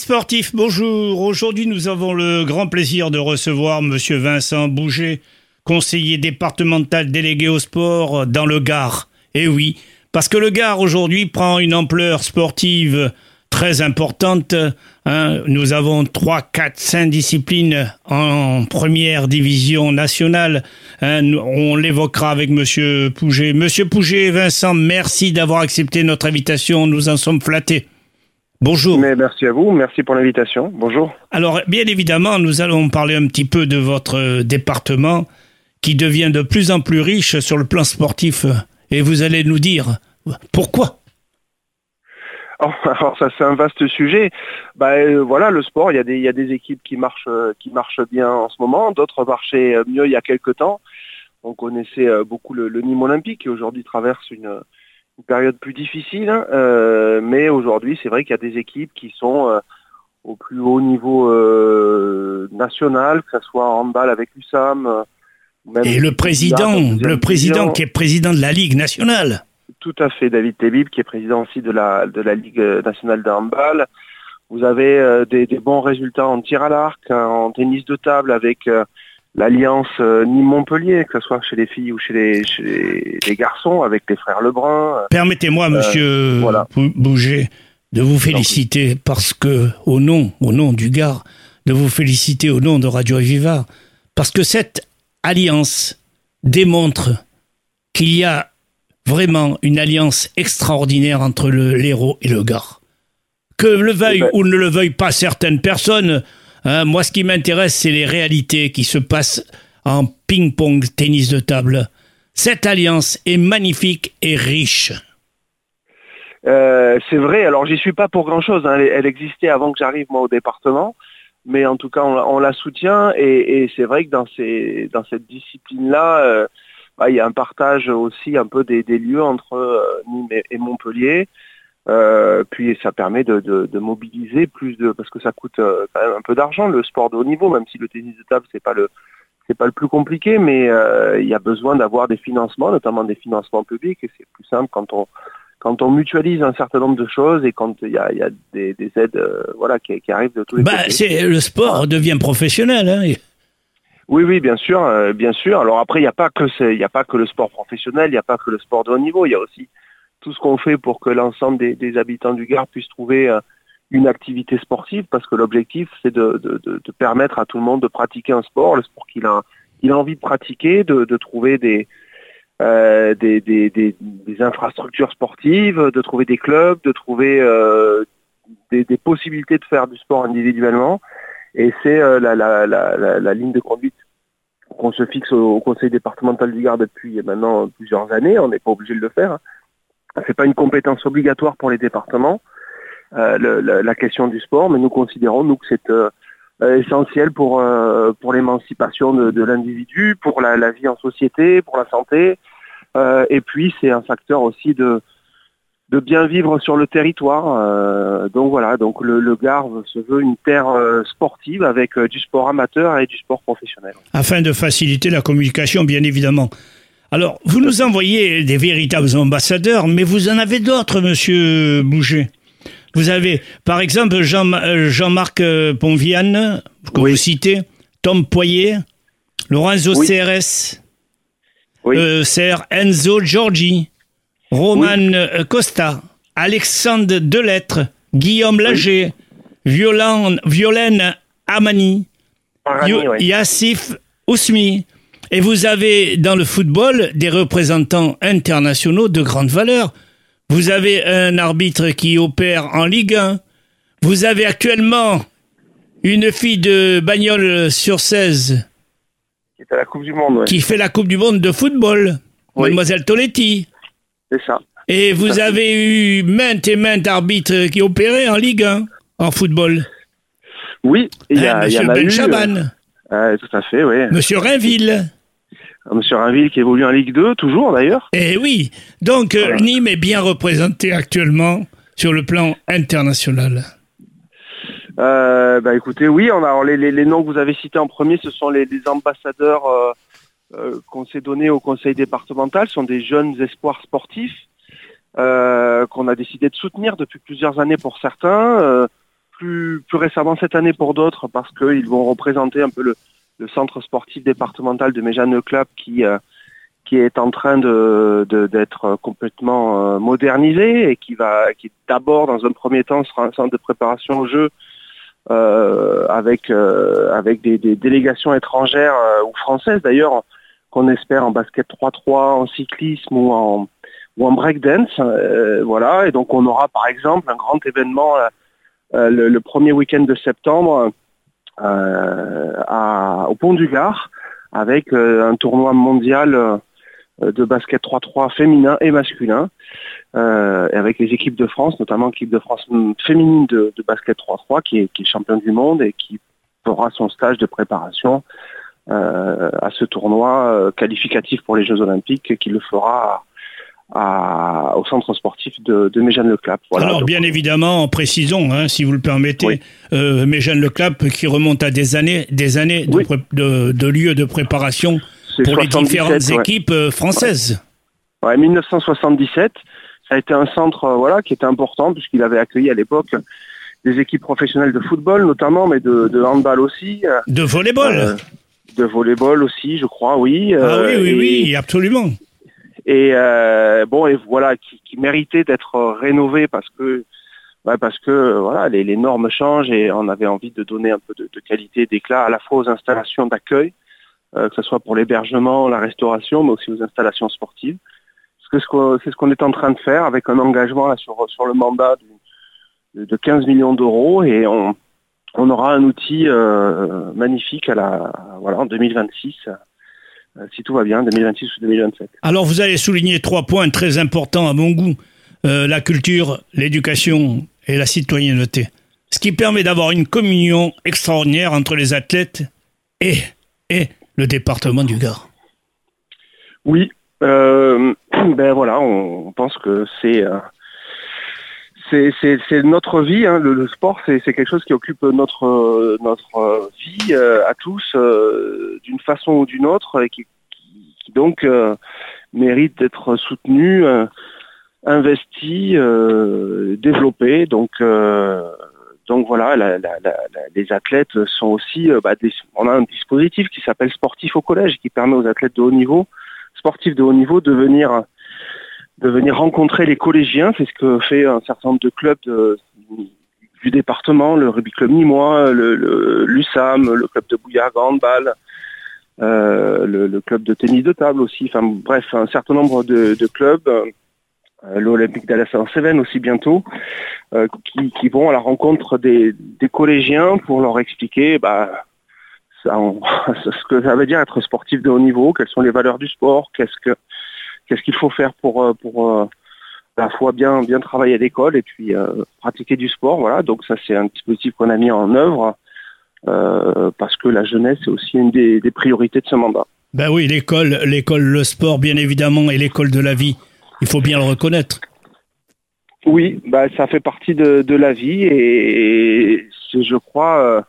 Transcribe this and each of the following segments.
Sportif, bonjour. Aujourd'hui, nous avons le grand plaisir de recevoir Monsieur Vincent Bouget, conseiller départemental délégué au sport dans le Gard. Et oui, parce que le Gard aujourd'hui prend une ampleur sportive très importante. Nous avons 3, 4, 5 disciplines en première division nationale. On l'évoquera avec Monsieur Pouget. Monsieur Pouget, Vincent, merci d'avoir accepté notre invitation. Nous en sommes flattés. Bonjour. Mais merci à vous, merci pour l'invitation. Bonjour. Alors, bien évidemment, nous allons parler un petit peu de votre département qui devient de plus en plus riche sur le plan sportif. Et vous allez nous dire pourquoi. Alors ça, c'est un vaste sujet. Voilà, le sport, il y a des équipes qui marchent bien en ce moment, d'autres marchaient mieux il y a quelques temps. On connaissait beaucoup le Nîmes Olympique qui aujourd'hui traverse une période plus difficile, mais aujourd'hui c'est vrai qu'il y a des équipes qui sont au plus haut niveau national, que ce soit en handball avec l'USAM. Et le président qui est président de la Ligue nationale. Tout à fait, David Tébib, qui est président aussi de la Ligue nationale de handball. Vous avez des bons résultats en tir à l'arc, en tennis de table avec l'alliance Nîmes-Montpellier, que ce soit chez les filles ou chez les garçons, avec les frères Lebrun. Permettez-moi, monsieur Bouget, de vous féliciter parce que, au nom du Gard, de vous féliciter au nom de Radio Aviva, parce que cette alliance démontre qu'il y a vraiment une alliance extraordinaire entre l'Hérault et le Gard. Que le veuillent ou ne le veuillent pas certaines personnes, moi, ce qui m'intéresse, c'est les réalités qui se passent en ping-pong, tennis de table. Cette alliance est magnifique et riche. C'est vrai, alors j'y suis pas pour grand-chose. Elle existait avant que j'arrive, moi, au département. Mais en tout cas, on la soutient. Et c'est vrai que dans cette discipline-là, il y a un partage aussi un peu des lieux entre Nîmes et Montpellier. Puis ça permet de mobiliser parce que ça coûte quand même un peu d'argent le sport de haut niveau, même si le tennis de table c'est pas le plus compliqué, mais il y a besoin d'avoir des financements, notamment des financements publics, et c'est plus simple quand on mutualise un certain nombre de choses et quand il y a des aides qui arrivent de tous les côtés. Le sport devient professionnel, hein. Oui, bien sûr. Alors après, il n'y a pas que le sport professionnel, il n'y a pas que le sport de haut niveau, il y a aussi tout ce qu'on fait pour que l'ensemble des habitants du Gard puissent trouver une activité sportive, parce que l'objectif, c'est de permettre à tout le monde de pratiquer un sport, le sport qu'il a envie de pratiquer, de trouver des infrastructures sportives, de trouver des clubs, de trouver des possibilités de faire du sport individuellement. Et c'est la ligne de conduite qu'on se fixe au conseil départemental du Gard depuis maintenant plusieurs années. On n'est pas obligé de le faire. C'est pas une compétence obligatoire pour les départements, la question du sport, mais nous considérons que c'est essentiel pour l'émancipation de l'individu, pour la vie en société, pour la santé, et puis c'est un facteur aussi de bien vivre sur le territoire. Donc le Gard se veut une terre sportive avec du sport amateur et du sport professionnel. Afin de faciliter la communication, bien évidemment. Alors, vous nous envoyez des véritables ambassadeurs, mais vous en avez d'autres, monsieur Bouget. Vous avez, par exemple, Jean-Marc Ponviane, que vous citez, Tom Poyer, Lorenzo Ceres, Ser Enzo Giorgi, Roman Costa, Alexandre Delettre, Guillaume Lager, Violaine Amani, Yassif Ousmi. Et vous avez dans le football des représentants internationaux de grande valeur. Vous avez un arbitre qui opère en Ligue 1. Vous avez actuellement une fille de Bagnols-sur-Cèze qui fait la Coupe du Monde, qui fait la Coupe du Monde de football, Mademoiselle Toletti. C'est ça. Et vous avez eu maintes et maintes arbitres qui opéraient en Ligue 1, en football. Oui, Monsieur Ben Chaban. Tout à fait, oui. Monsieur Rainville. Monsieur Rainville qui évolue en Ligue 2, toujours d'ailleurs. Eh oui, donc Nîmes est bien représenté actuellement sur le plan international. Écoutez, oui, on a les noms que vous avez cités en premier, ce sont les ambassadeurs qu'on s'est donnés au conseil départemental, ce sont des jeunes espoirs sportifs qu'on a décidé de soutenir depuis plusieurs années pour certains. plus récemment cette année pour d'autres, parce qu'ils vont représenter un peu le centre sportif départemental de Méjeanne-le-Clap qui est en train d'être complètement modernisé et qui d'abord, dans un premier temps, sera un centre de préparation au jeu avec des délégations étrangères ou françaises d'ailleurs, qu'on espère en basket 3-3, en cyclisme ou en breakdance. Voilà, et donc on aura par exemple un grand événement le premier week-end de septembre au Pont du Gard avec un tournoi mondial de basket 3-3 féminin et masculin, avec les équipes de France, notamment l'équipe de France féminine de basket 3-3 qui est championne du monde et qui fera son stage de préparation à ce tournoi qualificatif pour les Jeux Olympiques, qui le fera au centre sportif de Méjeanne-le-Clap. Voilà. Alors, bien évidemment, précisons, si vous le permettez, oui. Méjeanne-le-Clap qui remonte à des années oui. de lieux de préparation pour les différentes équipes françaises. Ouais, 1977, ça a été un centre qui était important puisqu'il avait accueilli à l'époque des équipes professionnelles de football notamment, mais de handball aussi. De volleyball. De volleyball aussi, je crois, oui. Oui, absolument. Et voilà, qui méritait d'être rénové parce que voilà, les normes changent et on avait envie de donner un peu de qualité, d'éclat à la fois aux installations d'accueil, que ce soit pour l'hébergement, la restauration, mais aussi aux installations sportives. C'est ce qu'on est en train de faire avec un engagement là, sur le mandat de 15 millions d'euros et on aura un outil magnifique en 2026. Si tout va bien, 2026 ou 2027. Alors vous allez souligner 3 points très importants à mon goût. La culture, l'éducation et la citoyenneté. Ce qui permet d'avoir une communion extraordinaire entre les athlètes et le département du Gard. Oui, on pense que c'est notre vie. Le sport, c'est quelque chose qui occupe notre vie à tous d'une façon ou d'une autre et qui donc mérite d'être soutenu, investi, développé. Donc voilà, les athlètes sont aussi. On a un dispositif qui s'appelle Sportif au collège, qui permet aux athlètes sportifs de haut niveau, de venir rencontrer les collégiens. C'est ce que fait un certain nombre de clubs du département, le Rugby Club Nîmois, l'USAM, le club de Bouillargues handball, le club de tennis de table aussi. Enfin bref, un certain nombre de clubs, l'Olympique d'Alsace-en-Cévennes aussi bientôt, qui vont à la rencontre des collégiens pour leur expliquer ce que ça veut dire être sportif de haut niveau, quelles sont les valeurs du sport, qu'est-ce qu'il faut faire pour à la fois bien travailler à l'école et puis pratiquer du sport. Voilà, donc ça c'est un dispositif qu'on a mis en œuvre parce que la jeunesse est aussi une des priorités de ce mandat. Ben oui, l'école, le sport bien évidemment et l'école de la vie, il faut bien le reconnaître. Oui, ça fait partie de la vie et c'est, je crois,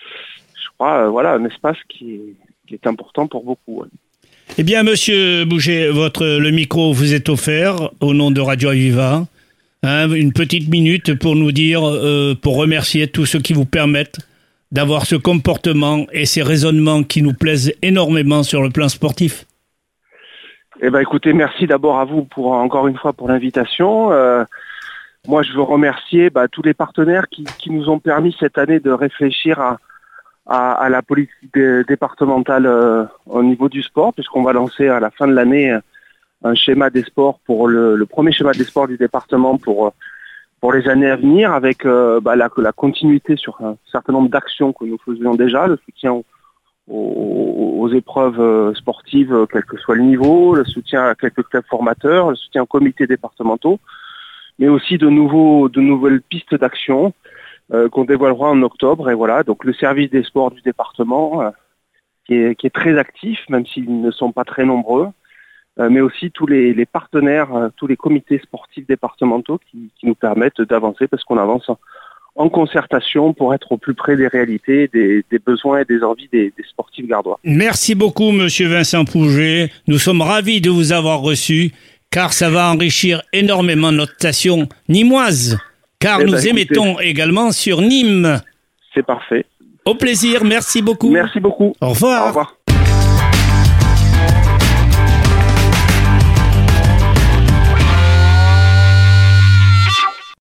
un espace qui est important pour beaucoup. Ouais. Eh bien, Monsieur Bouget, le micro vous est offert au nom de Radio Aviva. Une petite minute pour nous dire, pour remercier tous ceux qui vous permettent d'avoir ce comportement et ces raisonnements qui nous plaisent énormément sur le plan sportif. Eh ben, écoutez, merci d'abord à vous encore une fois pour l'invitation. Moi, je veux remercier tous les partenaires qui nous ont permis cette année de réfléchir à la politique départementale au niveau du sport, puisqu'on va lancer à la fin de l'année un schéma des sports pour le premier schéma des sports du département pour les années à venir, avec la continuité sur un certain nombre d'actions que nous faisions déjà, le soutien aux épreuves sportives, quel que soit le niveau, le soutien à quelques clubs formateurs, le soutien aux comités départementaux, mais aussi de nouvelles pistes d'action qu'on dévoilera en octobre. Et voilà, donc le service des sports du département qui est très actif, même s'ils ne sont pas très nombreux, mais aussi tous les partenaires, tous les comités sportifs départementaux qui nous permettent d'avancer, parce qu'on avance en concertation pour être au plus près des réalités, des besoins et des envies des sportifs gardois. Merci beaucoup, Monsieur Vincent Pouget. Nous sommes ravis de vous avoir reçu, car ça va enrichir énormément notre station nîmoise. car Eh ben, nous écoutez, émettons également sur Nîmes. C'est parfait. Au plaisir, merci beaucoup. Merci beaucoup. Au revoir. Au revoir.